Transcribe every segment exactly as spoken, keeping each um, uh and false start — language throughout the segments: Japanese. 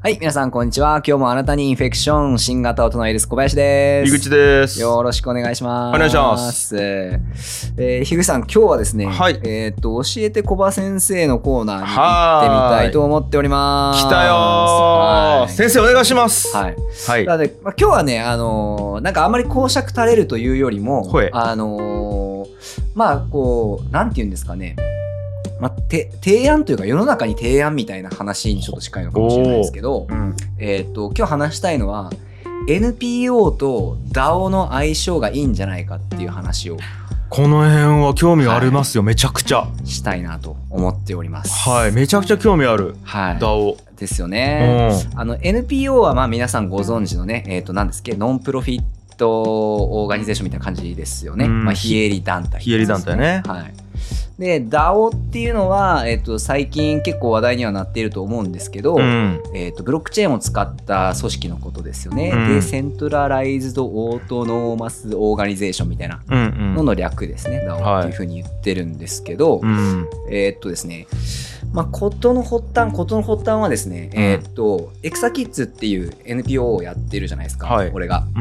はい、皆さんこんにちは。今日もあなたにインフェクション新型大人ウイルス小林です。 井口です。 よろしくお願いします。 お願いします。 えー、樋口さん、今日はですね、 はい、 えっと教えて小林先生のコーナーに行ってみたいと思っております。 来たよー。先生お願いします。 はい。 はい。 なので、まあ、今日はね、あのー、なんかあんまり講釈垂れるというよりも、あのー、まあこうなんて言うんですかね。まあ、て提案というか世の中に提案みたいな話にちょっと近いのかもしれないですけど、うん、えー、と今日話したいのは エヌピーオー と ダオ の相性がいいんじゃないかっていう話をこの辺は興味ありますよ、はい、めちゃくちゃしたいなと思っております。 はい、めちゃくちゃ興味ある、はい、ダオですよね。あの エヌピーオー はまあ皆さんご存知のね、えー、と何ですっけノンプロフィットオーガニゼーションみたいな感じですよね。まあ、非営利団体、ね、 非営利団体ね。 はい。で ダオ っていうのは、えー、と最近結構話題にはなっていると思うんですけど、うん、えー、とブロックチェーンを使った組織のことですよね。うん、でセントラライズドオートノーマスオーガニゼーションみたいなのの略ですね、うんうん、ダオ っていうふうに言ってるんですけど、はい、えっとですねまあ、事の発端事の発端はですね、うん、えー、っとエクサキッズっていう エヌピーオー をやってるじゃないですか、はい、俺が、うん、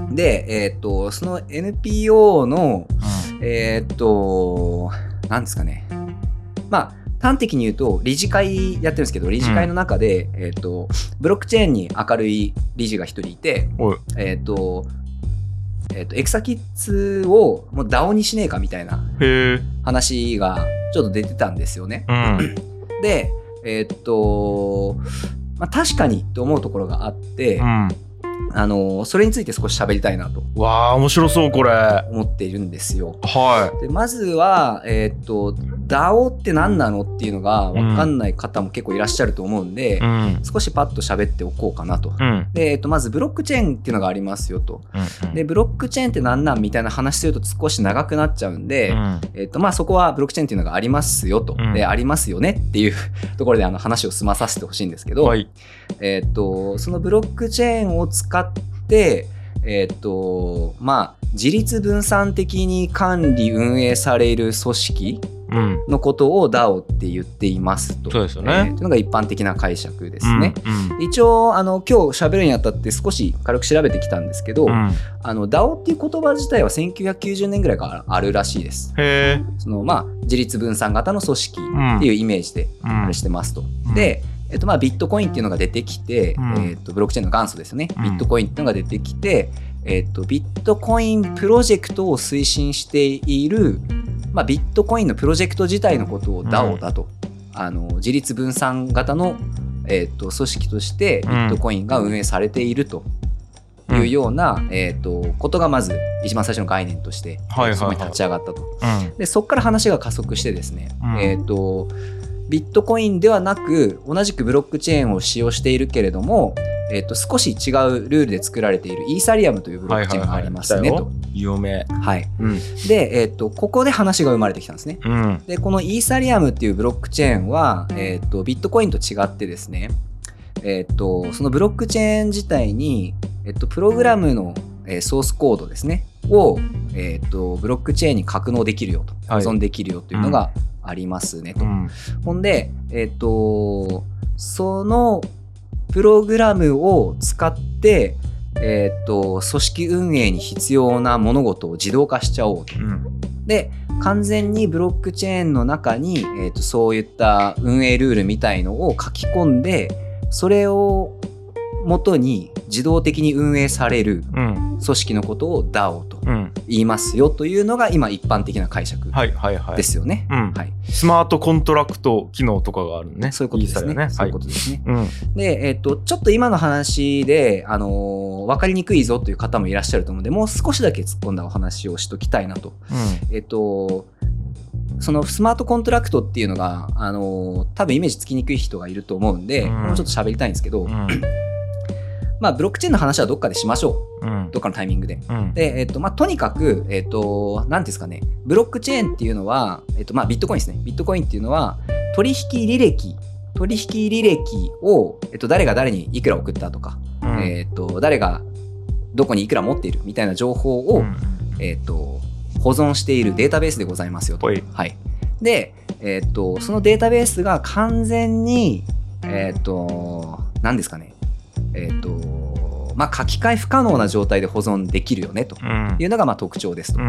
で、えー、っとその エヌピーオー の、うん、えー、っとなんですかねまあ端的に言うと理事会やってるんですけど理事会の中で、うん、えー、っとブロックチェーンに明るい理事が一人いて、えー、っとえー、とエクサキッズをもう ダオ にしねえかみたいな話がちょっと出てたんですよね。うん、でえー、っと、まあ、確かにと思うところがあって、うん、あのそれについて少し喋りたいなとわー面白そうこれ思っているんですよ。 はい、 でまずは、えー、っと ダオ って何なのっていうのが分かんない方も結構いらっしゃると思うんで、うん、少しパッと喋っておこうかなと、うん、で、えー、っとまずブロックチェーンっていうのがありますよと、うんうん、でブロックチェーンって何なんみたいな話すると少し長くなっちゃうんで、うんえー、っとまあ、そこはブロックチェーンっていうのがありますよと、うん、でありますよねっていうところであの話を済まさせてほしいんですけど、はいえー、っとそのブロックチェーンを使ってえーっとまあ、自立分散的に管理運営される組織のことを ダオ って言っていますと、 そうですよね、 えー、というのが一般的な解釈ですね。うんうん、一応あの今日喋るにあたって少し軽く調べてきたんですけど、うん、あの ダオ っていう言葉自体はせんきゅうひゃくきゅうじゅうねんぐらいからあるらしいです。へーその、まあ、自立分散型の組織っていうイメージであれしてますと、うん、でえっとまあ、ビットコインっていうのが出てきて、うんえっと、ブロックチェーンの元祖ですよね、うん、ビットコインっていうのが出てきて、えっと、ビットコインプロジェクトを推進している、まあ、ビットコインのプロジェクト自体のことを ダオ だと、うん、あの自立分散型の、えっと、組織としてビットコインが運営されているというような、うんえっと、ことがまず一番最初の概念としてそこに立ち上がったと、はいはいはい、でそこから話が加速してですね、うんえっとビットコインではなく同じくブロックチェーンを使用しているけれども、えー、と少し違うルールで作られているイーサリアムというブロックチェーンがありますねと。 有名。 はい。うん、で、えー、とここで話が生まれてきたんですね。うん、でこのイーサリアムっていうブロックチェーンは、えー、とビットコインと違ってですね、えー、とそのブロックチェーン自体に、えー、とプログラムの、えー、ソースコードですねを、えー、とブロックチェーンに格納できるよと保存できるよというのが、はいうんありますねと、うん、ほんで、えーと、そのプログラムを使って、えーと、組織運営に必要な物事を自動化しちゃおうと、うん、で完全にブロックチェーンの中に、えーと、そういった運営ルールみたいのを書き込んでそれを元に自動的に運営される組織のことを ダオ と言いますよというのが今一般的な解釈ですよね。 スマートコントラクト機能とかがあるね。 そういうことですね。ねそういうことですね。はい、で、えっと、ちょっと今の話で、あのー、分かりにくいぞという方もいらっしゃると思うので、もう少しだけ突っ込んだお話をしときたいなと。うん、えっとそのスマートコントラクトっていうのが、あのー、多分イメージつきにくい人がいると思うんで、うん、もうちょっと喋りたいんですけど、うんまあ、ブロックチェーンの話はどっかでしましょう、うん、どっかのタイミングで、うん、で、えっとまあ、とにかく、えっと、なんですかねブロックチェーンっていうのは、えっとまあ、ビットコインですねビットコインっていうのは取引履歴取引履歴を、えっと、誰が誰にいくら送ったとか、うんえっと、誰がどこにいくら持っているみたいな情報を、うんえっと、保存しているデータベースでございますよと、はい、で、えっと、そのデータベースが完全にえっと何ですかね、えっとまあ書き換え不可能な状態で保存できるよねというのがまあ特徴ですと、うん、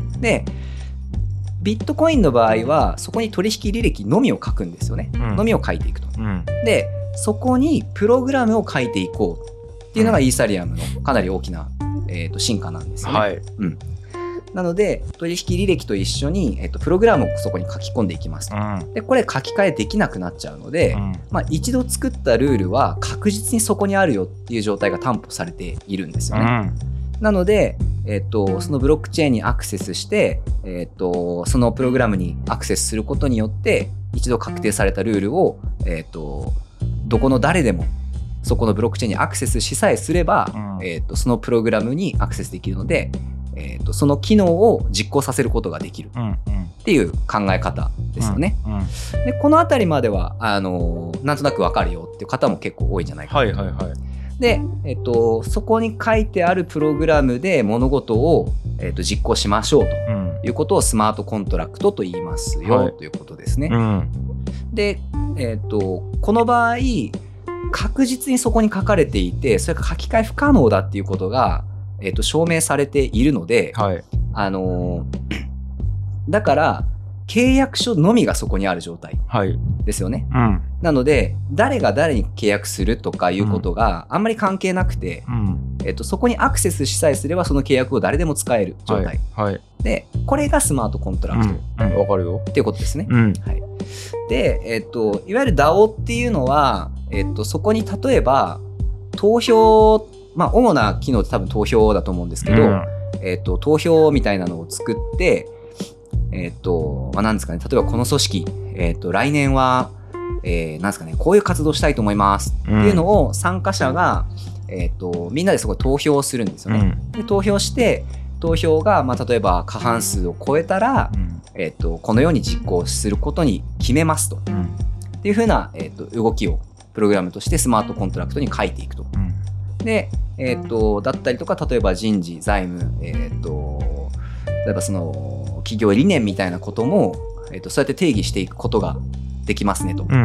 でビットコインの場合はそこに取引履歴のみを書くんですよね、うん、のみを書いていくと、うん、でそこにプログラムを書いていこうっていうのがイーサリアムのかなり大きな、えー、と進化なんですよね、はい、うん、なので取引履歴と一緒に、えー、とプログラムをそこに書き込んでいきますと、うん、でこれ書き換えできなくなっちゃうので、うん、まあ、一度作ったルールは確実にそこにあるよっていう状態が担保されているんですよね、うん、なのでえっと、そのブロックチェーンにアクセスして、えっと、そのプログラムにアクセスすることによって一度確定されたルールを、えっと、どこの誰でもそこのブロックチェーンにアクセスしさえすれば、うん、えっと、そのプログラムにアクセスできるので、えっと、その機能を実行させることができるっていう考え方ですよね、うんうん、でこのあたりまではあのなんとなくわかるよっていう方も結構多いんじゃないかな、はいはいはい。で、えっと、そこに書いてあるプログラムで物事を、えっと、実行しましょうということをスマートコントラクトと言いますよ、はい、ということですね、うん、で、えっと、この場合確実にそこに書かれていてそれが書き換え不可能だっていうことが、えっと、証明されているので、はい、あのだから契約書のみがそこにある状態ですよね、はい、うん、なので誰が誰に契約するとかいうことがあんまり関係なくて、うん、えっと、そこにアクセスしさえすればその契約を誰でも使える状態、はいはい、でこれがスマートコントラクト、 うんうん、わかるよっていうことですね、うん、はい、で、えっと、いわゆる ダオ っていうのは、えっと、そこに例えば投票、まあ主な機能って多分投票だと思うんですけど、うん、えっと、投票みたいなのを作ってえっと、まあ、なんですかね、例えばこの組織、えっと、来年は、えー、なんですかね、こういう活動したいと思いますっていうのを参加者が、えっと、みんなでそこで投票するんですよね。うん、で投票して、投票が、まあ、例えば過半数を超えたら、うん、えっと、このように実行することに決めますと。うん、っていうふうな、えっと、動きをプログラムとしてスマートコントラクトに書いていくと。うん、で、えっと、だったりとか、例えば人事、財務、えっと、例えばその、企業理念みたいなことも、えーと、そうやって定義していくことができますねと、うん、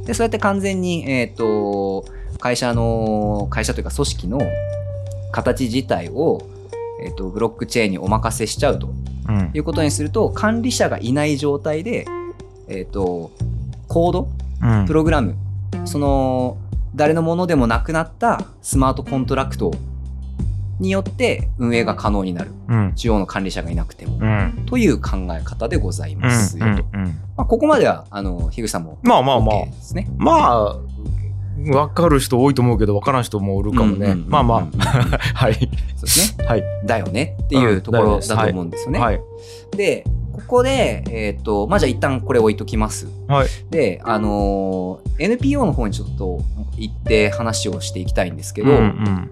でそうやって完全に、えーと、会社の会社というか組織の形自体を、えーと、ブロックチェーンにお任せしちゃうと、うん、いうことにすると管理者がいない状態で、えーと、コード、うん、プログラム、その誰のものでもなくなったスマートコントラクトによって運営が可能になる、うん、中央の管理者がいなくても、うん、という考え方でございますよと、うんうんうん、まあ、ここまではあの樋口さんも OK ですね。 まあまあまあ分かる人多いと思うけど分からん人もおるかもね、うんうんうんうん、まあまあはいそうですね、はい、だよねっていうところだと思うんですよね、はいはい、でここで、えーとまあ、じゃあ一旦これ置いときます、はい、であのー、エヌピーオー の方にちょっと行って話をしていきたいんですけど、うんうん、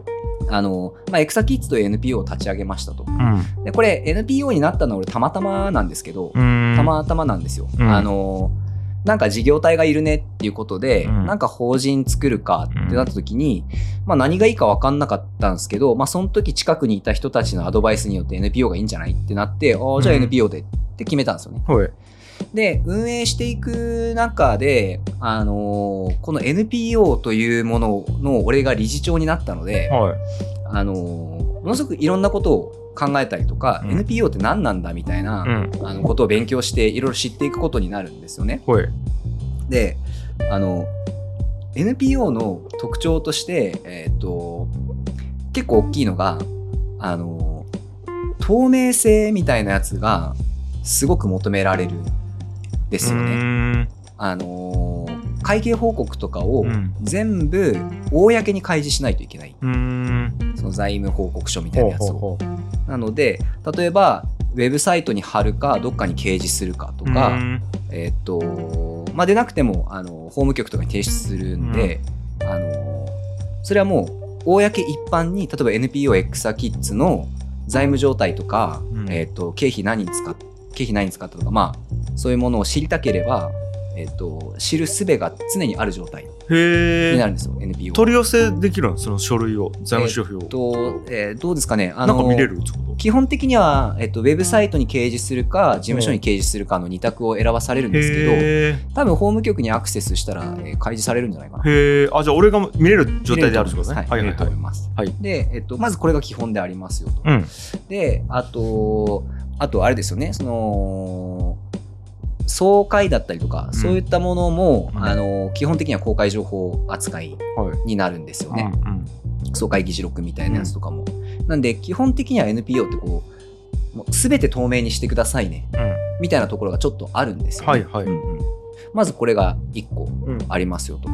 あのまあ、エクサキッズという エヌピーオー を立ち上げましたと、うん、でこれ エヌピーオー になったのは俺たまたまなんですけど、たまたまなんですよ、うん、あのなんか事業体がいるねっていうことで、うん、なんか法人作るかってなった時に、うん、まあ、何がいいか分かんなかったんですけど、まあ、その時近くにいた人たちのアドバイスによって エヌピーオー がいいんじゃないってなって、ああじゃあ エヌピーオー でって決めたんですよね、うん、で運営していく中で、あのー、この エヌピーオー というものの俺が理事長になったので、はい、あのー、ものすごくいろんなことを考えたりとか、うん、エヌピーオー って何なんだみたいな、うん、あのことを勉強していろいろ知っていくことになるんですよね。はい、で、あの エヌピーオー の特徴として、えーと、結構大きいのがあの透明性みたいなやつがすごく求められるんですよね。あの会計報告とかを全部公に開示しないといけない、うん、その財務報告書みたいなやつを。ほうほうほう。なので例えばウェブサイトに貼るかどっかに掲示するかとか、うん、えっとまあ、でなくてもあの法務局とかに提出するんで、うん、あのそれはもう公一般に例えば エヌピーオー エクサキッズの財務状態とか、うん、えっと経費何に使っ経費何に使ったとか、まあ、そういうものを知りたければえー、と知る術が常にある状態へになるんですよ エヌピーオー。 取り寄せできるのその書類を財務諸表を、 えーとえー、どうですかね、あのなんか見れる基本的には、えー、とウェブサイトに掲示するか事務所に掲示するかのに択を選ばされるんですけど、多分法務局にアクセスしたら、えー、開示されるんじゃないかな。 へー、あ、じゃあ俺が見れる状態であるってことね。 はい、見れると思います。はい、で、えー、とまずこれが基本でありますよと、 うん、 であとあとあれですよね、その総会だったりとか、うん、そういったものも、うん、あの基本的には公開情報扱いになるんですよね、はい、うんうん、総会議事録みたいなやつとかも、うん、なんで基本的には エヌピーオー ってこうもう全て透明にしてくださいね、うん、みたいなところがちょっとあるんですよね、はいはい、うんうん、まずこれがいっこありますよと、うん、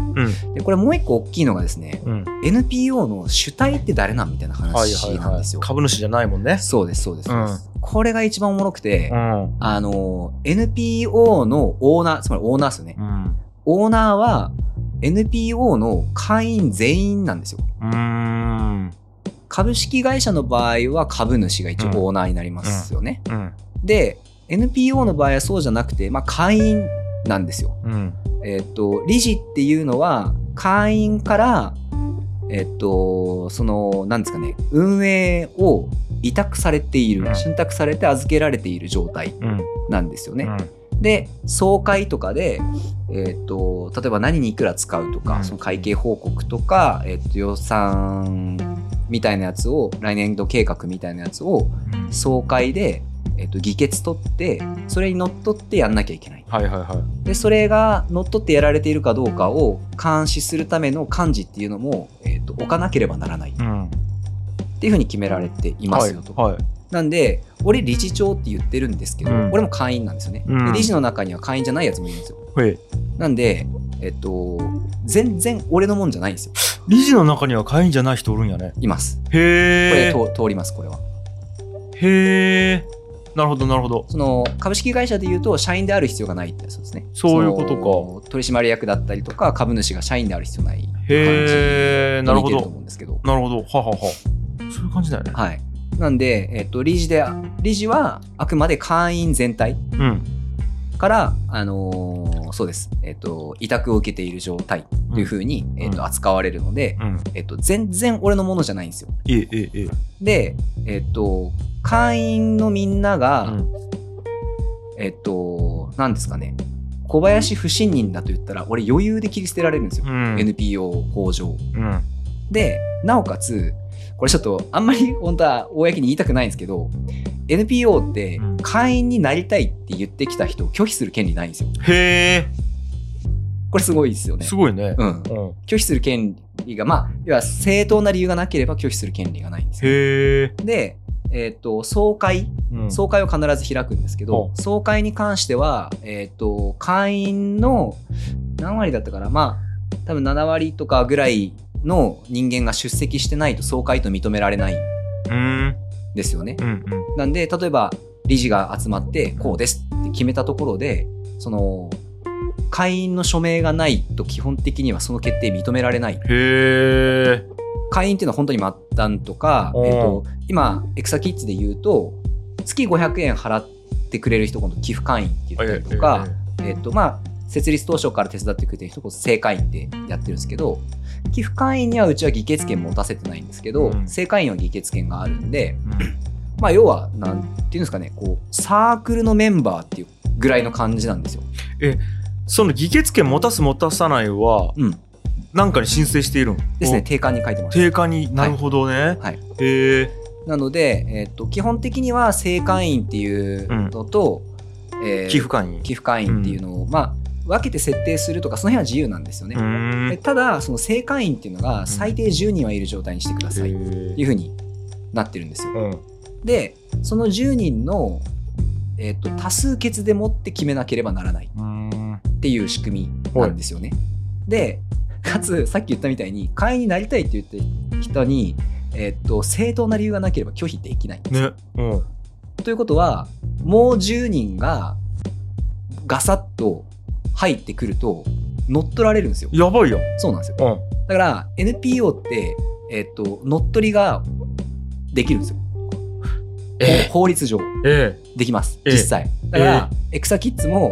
でこれもういっこ大きいのがですね、うん、エヌピーオー の主体って誰なんみたいな話なんですよ、はいはいはい、 株主じゃないもんね。 そうですそうです、うん、これが一番おもろくて、うん、あの エヌピーオー のオーナー、つまりオーナーですよね、うん、オーナーは エヌピーオー の会員全員なんですよ。うーん、株式会社の場合は株主が一応オーナーになりますよね、うんうん、で エヌピーオー の場合はそうじゃなくて、まあ、会員なんですよ、うん、えー、と理事っていうのは会員からえっとその何ですかね、運営を委託されている、信託されて預けられている状態なんですよね、うん、で総会とかで、えっと例えば何にいくら使うとか、うん、その会計報告とか、えっと予算みたいなやつを、来年度計画みたいなやつを総会で、えっと、議決取ってそれにのっとってやんなきゃいけない、はいはいはい、でそれがのっとってやられているかどうかを監視するための幹事っていうのも、えっと、置かなければならない、うん、っていうふうに決められていますよと、はいはい、なんで俺理事長って言ってるんですけど、うん、俺も会員なんですよね、うん、で理事の中には会員じゃないやつもいるんですよ、はい、なんで、えっと、全然俺のもんじゃないんですよ。 理事の中には会員じゃない人おるんやね。 います。 へー、 これ通ります、これは。 へー、なるほどなるほど。 その株式会社でいうと社員である必要がないってやつですね。 そういうことか。取締役だったりとか株主が社員である必要ない感じに似てると思うんですけど。 なるほど。ははは。そういう感じだよね。 はい。なんで、えっと、理事で理事はあくまで会員全体から、うん、あのー、そうです、えっと、委託を受けている状態というふうに、うん、えっと、扱われるので、うん、えっと、全然俺のものじゃないんですよ。 ええええ。 で、えっと会員のみんなが、うん、えっと何ですかね、小林不信任だと言ったら俺余裕で切り捨てられるんですよ、うん、エヌピーオー 法上、うん、でなおかつこれちょっとあんまり本当は公に言いたくないんですけど エヌピーオー って会員になりたいって言ってきた人を拒否する権利ないんですよ。 へー、 これすごいですよね。 すごいね、 うんうん、拒否する権利が、まあ要は正当な理由がなければ拒否する権利がないんですよ。 へー。 でえー、と総会、うん、総会を必ず開くんですけど、総会に関しては、えー、と会員の何割だったかな、まあ多分なな割とかぐらいの人間が出席してないと総会と認められないんですよね、うんうん、なんで例えば理事が集まってこうですって決めたところでその会員の署名がないと基本的にはその決定認められない。 へー。 会員っていうのは本当に末端とか、えー、と今エクサキッズで言うと月ごひゃくえん払ってくれる人今度寄付会員って言ったりとか、えーえーとまあ、設立当初から手伝ってくれてる人こそ正会員ってやってるんですけど、寄付会員にはうちは議決権持たせてないんですけど、うん、正会員は議決権があるんで、うん、まあ要はなんていうんですかね、こうサークルのメンバーっていうぐらいの感じなんですよ。 え、その議決権持たす持たさないは、うんなんかに申請しているんですね。定款に書いてます。 定款に、なるほどね。はい。はい、へえ。 なので、えー、と基本的には正会員っていうのと、 うんえー、寄付会員寄付会員っていうのを、うん、まあ分けて設定するとかその辺は自由なんですよね。でただその正会員っていうのが最低じゅうにんはいる状態にしてくださいっていうふうになってるんですよ。うん、でそのじゅうにんの、えー、と多数決でもって決めなければならないっていう仕組みなんですよね。でかつさっき言ったみたいに会員になりたいって言って人に、えー、と正当な理由がなければ拒否できないんですよ、ねうん、ということはもうじゅうにんがガサッと入ってくると乗っ取られるんですよ。 やばいよ。 そうなんですよ、うん、だから エヌピーオー って、えー、と乗っ取りができるんですよ、えー、法律上、えー、できます実際だから、えー、エクサキッズも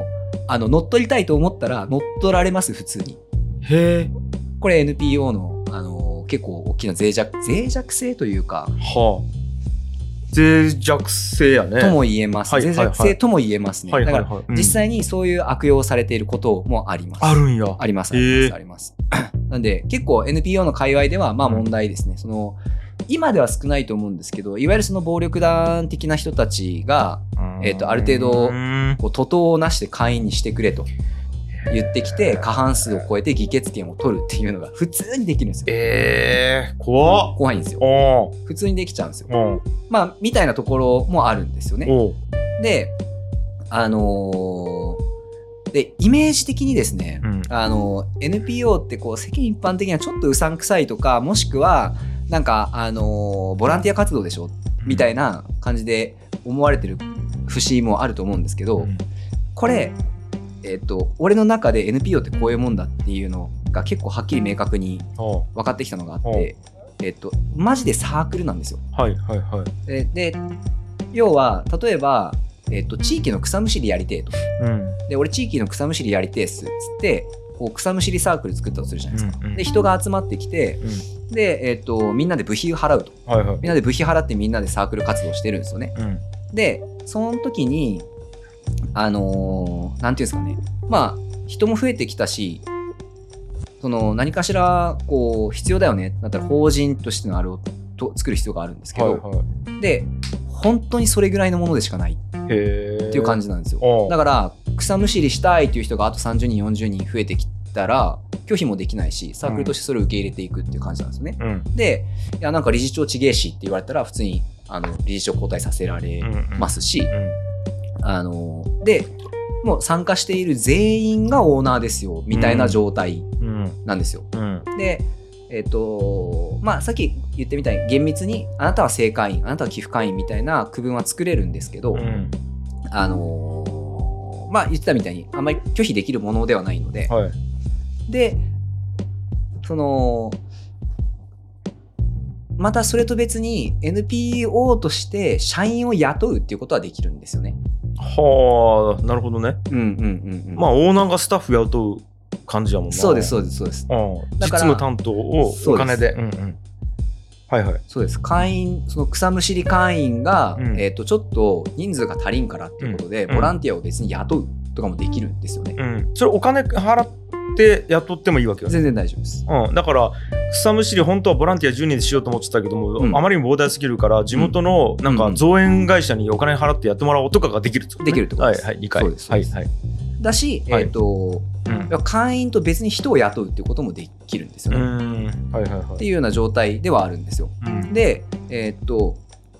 あの乗っ取りたいと思ったら乗っ取られます普通に。 へえ。 これ エヌピーオー の、あの結構大きな脆弱脆弱性というか、 はあ、脆弱性やねとも言えます、 はいはいはい、 脆弱性とも言えますね、 はいはいはい、 だから実際にそういう悪用されていることもあります、 うん、あるんやありますありますありますなんで結構 エヌピーオー の界隈ではまあ問題ですね、うん、その今では少ないと思うんですけど、いわゆるその暴力団的な人たちが、えーと、ある程度こう徒党をなして会員にしてくれと言ってきて、過半数を超えて議決権を取るっていうのが普通にできるんですよ。 えー、怖っ。 怖いんですよ。普通にできちゃうんですよ。まあみたいなところもあるんですよね。で、あのー、でイメージ的にですね、うん、あの エヌピーオー ってこう世間一般的にはちょっとうさんくさいとか、もしくはなんかあのー、ボランティア活動でしょみたいな感じで思われてる節もあると思うんですけど、うん、これえっと、俺の中で エヌピーオー ってこういうもんだっていうのが結構はっきり明確に分かってきたのがあって、えっと、マジでサークルなんですよ。 はいはいはい。 で、で要は例えば、えっと、地域の草むしりやりてえと、うん、で俺地域の草むしりやりてえっすっつってこう草むしりサークル作ったとするじゃないですか、うんうん、で人が集まってきて、うん、で、えっと、みんなで部費を払うと、はいはい、みんなで部費払ってみんなでサークル活動してるんですよね、うん、でその時にあのー、なんていうんですかね、まあ人も増えてきたし、その何かしらこう必要だよねだったら法人としてのあれをと作る必要があるんですけど、はいはい、で本当にそれぐらいのものでしかないっていう感じなんですよ。だから草むしりしたいっていう人があとさんじゅうにんよんじゅうにん増えてきたら拒否もできないし、サークルとしてそれを受け入れていくっていう感じなんですよね、うん、でいやなんか理事長ちげえしって言われたら普通にあの理事長交代させられますし、うんうんあのでもう参加している全員がオーナーですよみたいな状態なんですよ、うんうん、で、えーとまあ、さっき言ってみたいに厳密にあなたは正会員あなたは寄付会員みたいな区分は作れるんですけど、うん、あのまあ言ってたみたいにあんまり拒否できるものではないので、はい、でそのまたそれと別に エヌピーオー として社員を雇うっていうことはできるんですよね。 はあ、なるほどね。 うんうんうんうん。 まあオーナーがスタッフ雇う感じやもんな。 そうですそうですそうです。 うん、実務担当をお金で。うんうん。はいはい。 そうです。会員その草むしり会員が、うん、えっとちょっと人数が足りんからっていうことで、うん、ボランティアを別に雇うとかもできるんですよね。うん。 それお金払って雇ってもいいわけよね。 全然大丈夫です。 うん。だから草むしり本当はボランティアじゅうにんでしようと思ってたけども、うん、あまりに膨大すぎるから地元のなんか造園会社にお金払ってやってもらおうとかができるってことね。 できるってことです。 はいはい理解。 そうですはいはい。 だし、えっと、うん、会員と別に人を雇うっていうこともできるんですよね。うんはいはいはい。っていうような状態ではあるんですよ。うん、で、えっと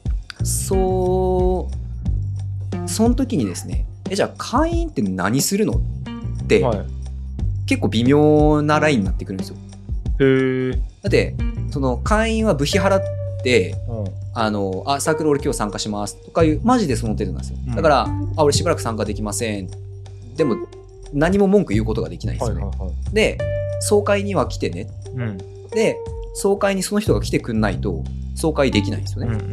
そうその時にですね、えじゃあ会員って何するのって、はい、結構微妙なラインになってくるんですよ。 へえ。 だってその会員は部費払って、うん、あのあサークル俺今日参加しますとかいうマジでその程度なんですよ。だから、うん、あ俺しばらく参加できません。でも何も文句言うことができないんですよね。はいはいはい、で総会には来てね、うん、で総会にその人が来てくんないと総会できないんですよね、うんうんうん、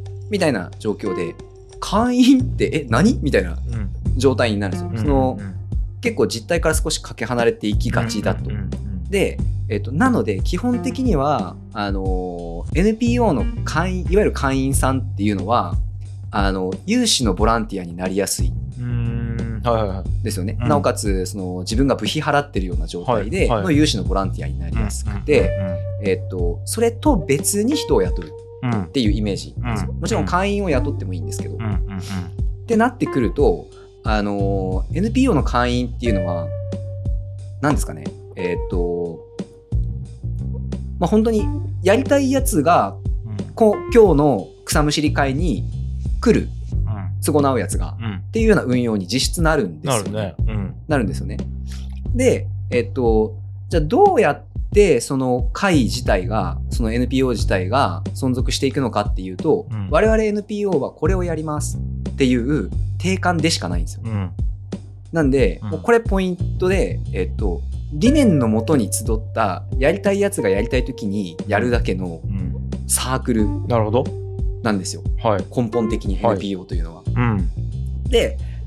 みたいな状況で会員ってえ何みたいな状態になるんですよ、うんうんうん、その結構実態から少しかけ離れていきがちだと、うんうんうん、で、えっと、なので基本的にはあの エヌピーオー の会員いわゆる会員さんっていうのはあの有志のボランティアになりやすいはいはいはい、ですよね、うん、なおかつその自分が部費払ってるような状態での有志のボランティアになりやすくて、えー、っとそれと別に人を雇うっていうイメージなんですよ、うん、もちろん会員を雇ってもいいんですけど、うんうんうん、ってなってくるとあの エヌピーオー の会員っていうのは何ですかねえー、っとまあ本当にやりたいやつが、うん、こ今日の草むしり会に来る都合なうやつが、うん、っていうような運用に実質なるんですよね。なるね、うん、なるんですよね。で、えっと、じゃあどうやってその会自体が、その エヌピーオー 自体が存続していくのかっていうと、うん、我々 エヌピーオー はこれをやりますっていう定款でしかないんですよ。うん、なんで、うん、もうこれポイントで、えっと、理念のもとに集ったやりたいやつがやりたいときにやるだけのサークル。なるほど。なんですよ、はい、根本的に エヌピーオー というのは、はいうん、で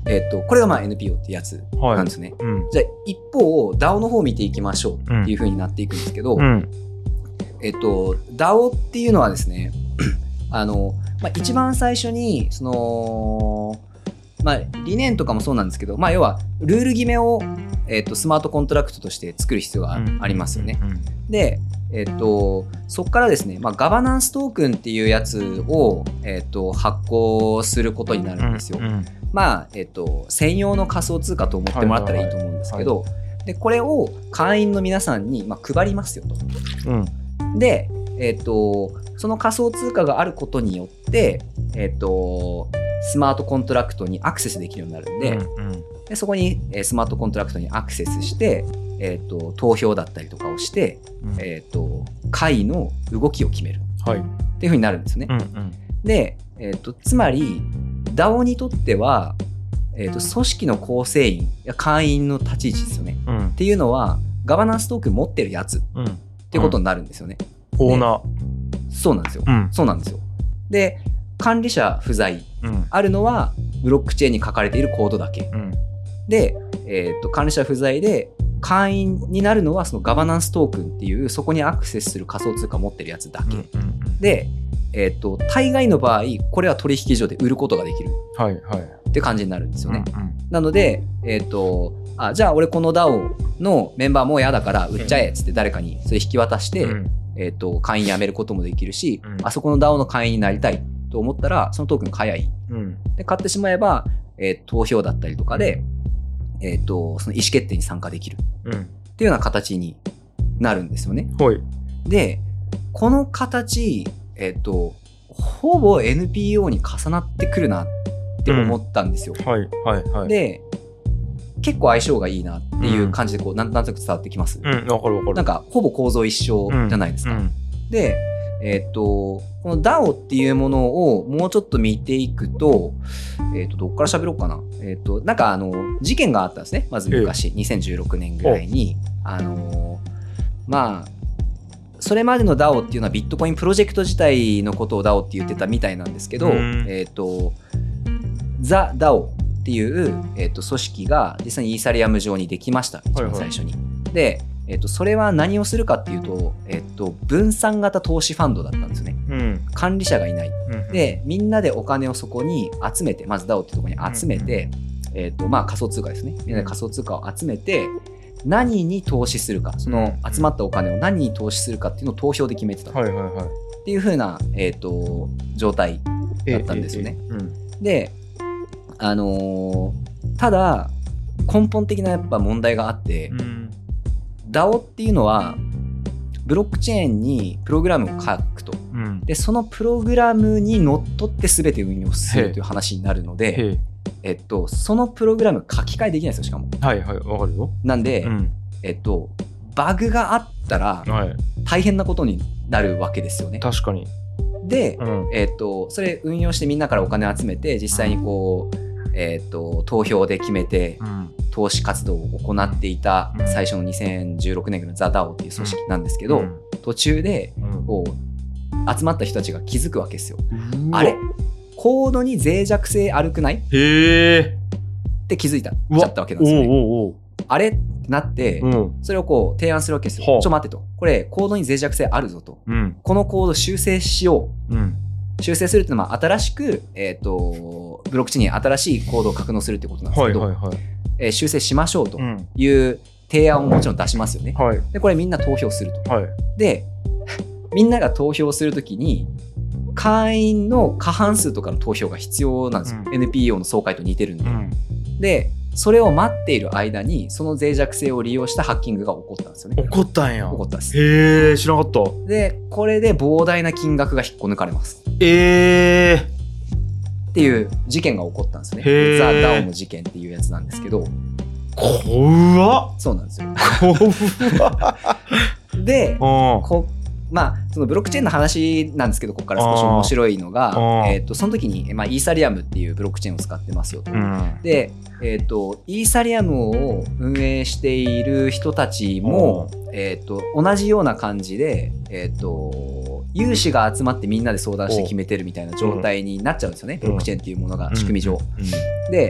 えー、とこれがまあ エヌピーオー ってやつなんですね、はいうん、じゃあ一方 ダオ の方を見ていきましょうっていう風になっていくんですけど、うん、えっ、ー、と ダオ っていうのはですねあの、まあ、一番最初にそのまあ、理念とかもそうなんですけど、まあ、要はルール決めを、えー、とスマートコントラクトとして作る必要がありますよね、うんうんうん、で、えー、とそこからですね、まあ、ガバナンストークンっていうやつを、えー、と発行することになるんですよ、うんうんまあえー、と専用の仮想通貨と思ってもらったらいいと思うんですけど、はいはいはい、でこれを会員の皆さんに、まあ、配りますよと、うん、で、えー、とその仮想通貨があることによって、えー、とスマートコントラクトにアクセスできるようになるんで、うんうん、でそこに、えー、スマートコントラクトにアクセスして、えー、と投票だったりとかをして、うんえー、と会の動きを決める、はい、っていう風になるんですね、うんうん、で、えー、とつまり ダオ にとっては、えー、と組織の構成員や会員の立ち位置ですよね、うん、っていうのはガバナンストークン持ってるやつ、うん、っていうことになるんですよね、 うん、オーナーそうなんですよ、うん、そうなんですよで管理者不在、うん、あるのはブロックチェーンに書かれているコードだけ、うん、で、えー、と管理者不在で会員になるのはそのガバナンストークンっていうそこにアクセスする仮想通貨持ってるやつだけ、うんうん、で、えー、と大概の場合これは取引所で売ることができる、はいはい、って感じになるんですよね、うんうん、なので、えー、とあじゃあ俺この ダオ のメンバーもう嫌だから売っちゃえっつって誰かにそれ引き渡して、うんえー、と会員辞めることもできるし、うん、あそこの ダオ の会員になりたいと思ったらそのトークン買えばいい、うん、で買ってしまえば、えー、投票だったりとかで、えー、とその意思決定に参加できる、うん、っていうような形になるんですよね、はい、でこの形、えー、とほぼ エヌピーオー に重なってくるなって思ったんですよ、うんはいはいはい、で結構相性がいいなっていう感じでこう、うん、なんとなく伝わってきます、うん、わかるわかるなんかほぼ構造一緒じゃないですか、うんうん、でえっと、この ダオ っていうものをもうちょっと見ていくと、えっと、どっから喋ろうかな。えっと、なんかあの、事件があったんですね。まず昔、にせんじゅうろくねんぐらいに、あの、まあ、それまでの ダオ っていうのはビットコインプロジェクト自体のことを ダオ って言ってたみたいなんですけど、えっと、ザ・ダオ っていう、えっと、組織が実際にイーサリアム上にできました。一番最初に。はいはい、で、えっと、それは何をするかっていうと、えっと、分散型投資ファンドだったんですよね、うん、管理者がいない、うん、でみんなでお金をそこに集めてまず ダオ っていうところに集めて、うんえっとまあ、仮想通貨ですねみんなで仮想通貨を集めて何に投資するかその集まったお金を何に投資するかっていうのを投票で決めてた、はいはいはい、っていう風な、えっと、状態だったんですよね、ええええうん、で、あのー、ただ根本的なやっぱ問題があって、うんダオ っていうのはブロックチェーンにプログラムを書くと、うん、でそのプログラムにのっとって全て運用するという話になるので、えっと、そのプログラム書き換えできないですよしかもはいはいわかるよなんで、うんえっと、バグがあったら大変なことになるわけですよね、 はい、確かにで、うんえっと、それ運用してみんなからお金集めて実際にこう、えっと、投票で決めて、うん投資活動を行っていた最初のにせんじゅうろくねんぐらいのザ・ダオっていう組織なんですけど、うん、途中でこう集まった人たちが気づくわけですよ、うん、あれコードに脆弱性悪くないへーって気づいたちゃったわけなんですよね。おうおうおうあれってなって、うん、それをこう提案するわけですよ、はあ、ちょ待ってとこれコードに脆弱性あるぞと、うん、このコード修正しよう、うん修正するっていうのは新しく、えー、とブロックチェーンに新しいコードを格納するってことなんですけど、はいはいはいえー、修正しましょうという提案をもちろん出しますよね、はい、でこれみんな投票すると、はい、でみんなが投票するときに会員の過半数とかの投票が必要なんですよ、うん、エヌピーオー の総会と似てるんで、うん、でそれを待っている間にその脆弱性を利用したハッキングが起こったんですよね。 起こったんや。 起こったんです。 へー知らなかった。 でこれで膨大な金額が引っこ抜かれます。 えーっていう事件が起こったんですね。ザ・ダオの事件っていうやつなんですけど怖っそうなんですよ怖っでこまあ、そのブロックチェーンの話なんですけどここから少し面白いのが、えー、とその時に、まあ、イーサリアムっていうブロックチェーンを使ってますよと、うん、で、えー、とイーサリアムを運営している人たちも、えー、と同じような感じで、えー、と有志が集まってみんなで相談して決めてるみたいな状態になっちゃうんですよね、ブロックチェーンっていうものが仕組み上、うんうん、で、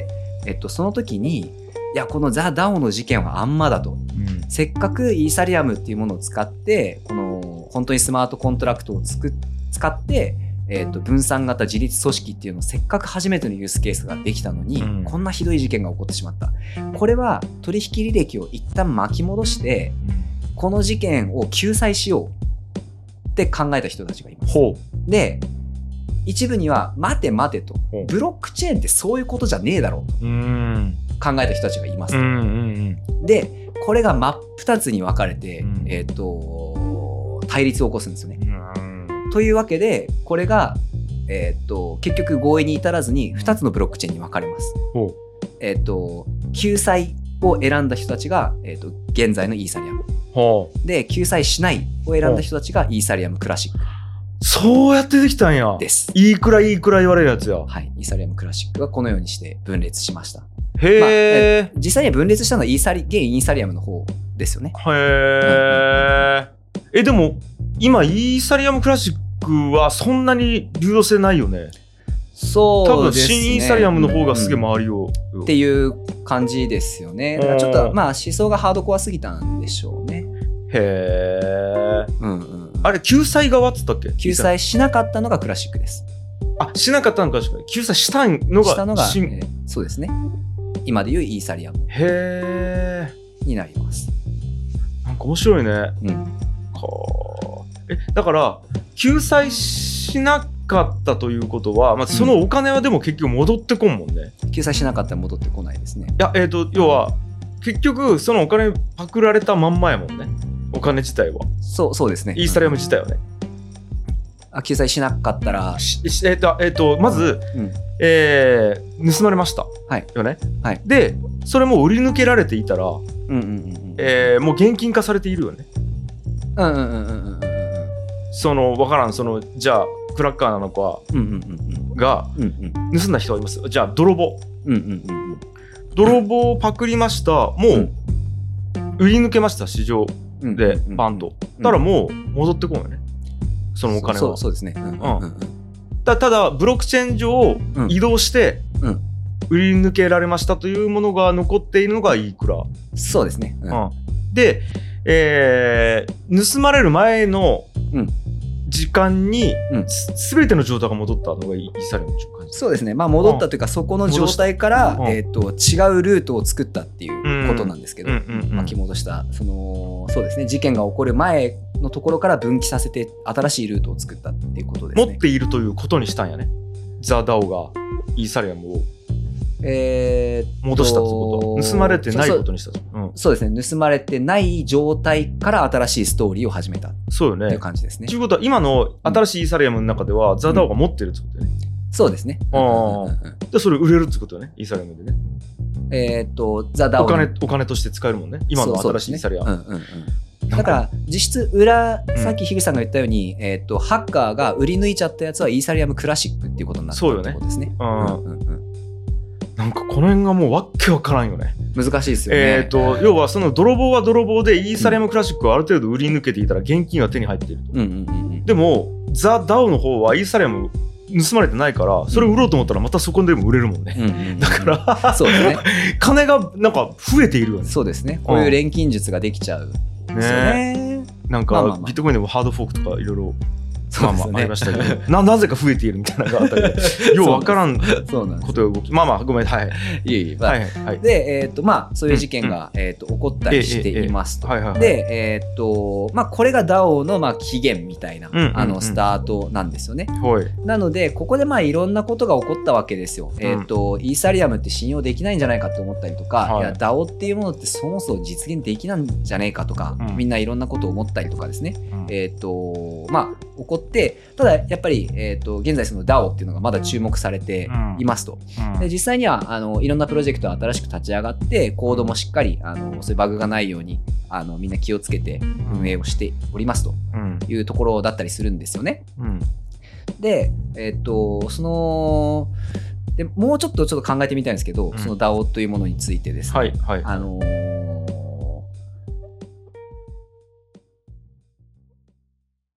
えっと、その時にいやこのザ・ダオの事件はあんまだと、うん、せっかくイーサリアムっていうものを使ってこの本当にスマートコントラクトをつく使って、えっと、分散型自立組織っていうのをせっかく初めてのユースケースができたのに、うん、こんなひどい事件が起こってしまった。これは取引履歴を一旦巻き戻して、うん、この事件を救済しようって考えた人たちがいます。 ほう。 で一部には待て待てと、ブロックチェーンってそういうことじゃねえだろうと考えた人たちがいます。うんうんうん、でこれが真っ二つに分かれて、うん、えーと、対立を起こすんですよね。うん、というわけでこれが、えーと、結局合意に至らずにふたつのブロックチェーンに分かれます。うん、えーと、救済を選んだ人たちが、えーと、現在のイーサリアムで、救済しないを選んだ人たちがイーサリアムクラシック。 そうやってできたんや。 です。 いいくらいいくら言われるやつや。 はい。イーサリアムクラシックがこのようにして分裂しました。 へー。 まあ、実際に分裂したのはイーサリ、現イーサリアムの方ですよね。 へー。うん、え、でも、今イーサリアムクラシックはそんなに流動性ないよね。 そうですね。 多分新イーサリアムの方がすげえ回りよう、うん、っていう感じですよね。だからちょっとまあ思想がハードコアすぎたんでしょうね。 へー。うんうん。あれ救済側っつったっけ？ 救済しなかったのがクラシックです。 あ、しなかったのか、救済したのがしたのが、えー、そうですね。今でいうイーサリアムへーになります。 なんか面白いね。うん。はあ。え、だから救済しなかったということは、まあ、そのお金はでも結局戻ってこんもんね。 うん、救済しなかったら戻ってこないですね。 いや、えっと要は結局そのお金パクられたまんまやもんね。お金自体は。 そうそうですね。 イーサリアム自体はね。 あ、救済しなかったら。 えっと、えっと、まず、うん、えー、盗まれました。 はい。 よね。 はい。 で、それも売り抜けられていたら、うんうんうんうん、えー、もう現金化されているよね。 うんうんうんうんうんうん。 その、わからん、その、じゃあ、クラッカーなのか、うんうんうんうん、が、うんうん、盗んだ人はいます。じゃあ、泥棒。うんうんうんうん、泥棒をパクりました。もう、うん、売り抜けました、市場。でバンと、うん、たらもう戻ってこないよね、そのお金は。 そうそうですね、うんうんうん、 た, ただブロックチェーン上移動して売り抜けられましたというものが残っているのがいくら。 そうですね、うんうん、で、えー、盗まれる前の時間に全ての状態が戻ったのがイーサリアムの状態。 そうですね、まあ、戻ったというか、うん、そこの状態から、うん、えー、と違うルートを作ったっていうことなんですけど、うんうんうん、巻き戻したそのそうですね、事件が起こる前のところから分岐させて新しいルートを作ったっていうことですね。 持っているということにしたんやね、ザ・ダオがイーサリアムを、 えー、 戻したってこと、盗まれてないことにした。 そうそう、うん、そうですね、盗まれてない状態から新しいストーリーを始めたっていう感じですね。 ということは今の新しいイーサリアムの中では、うん、ザ・ダオが持ってるってことだよね。 そうですね。 ああ、うんうんうん、でそれ売れるってことよね、イーサリアムでね。 えっ、ー、とザ・ダオお金お金として使えるもんね、今の新しいイーサリアム。うんうんうん、だから実質裏、さっき樋口さんが言ったように、うん、えー、とハッカーが売り抜いちゃったやつはイーサリアムクラシックっていうことになったってことですね。そうよね。うんうんうん、 なんかこの辺がもうわっけわからんよね。 難しいですよね。 えー、と要はその泥棒は泥棒でイーサリアムクラシックをある程度売り抜けていたら現金は手に入っていると、うんうんうんうん、でもザ・ダオの方はイーサリアム盗まれてないからそれを売ろうと思ったらまたそこでも売れるもんね、うんうんうん、だからそうですね、金がなんか増えているよね。 そうですね、こういう錬金術ができちゃうんですよね。 なんか、まあまあまあ、ビットコインでもハードフォークとかいろいろまあまあありましたけどな, なぜか増えているみたいなのがあったけどようわからんことが動き、まあまあごめん、はいいえいえ、まあ、はいはい、で、えーとまあ、そういう事件が、うん、えーと起こったりしていますと。で、えーとまあ、これが ダオ のまあ起源みたいな、うんうんうん、あのスタートなんですよね、はい、なのでここでまあいろんなことが起こったわけですよ、うん、えーとイーサリアムって信用できないんじゃないかと思ったりとか、はい、いや ダオ っていうものってそもそも実現できないんじゃねえかとか、うん、みんないろんなことを思ったりとかですね、うん、えーとまあ起こって、ただやっぱり、えーと現在その ダオ っていうのがまだ注目されていますと、うん、で実際にはあのいろんなプロジェクトが新しく立ち上がってコードもしっかりあのそういうバグがないようにあのみんな気をつけて運営をしておりますというところだったりするんですよね、うん、で、えーとそのでもうちょっとちょっと考えてみたいんですけど、うん、その ダオ というものについてですね、はいはい、あのー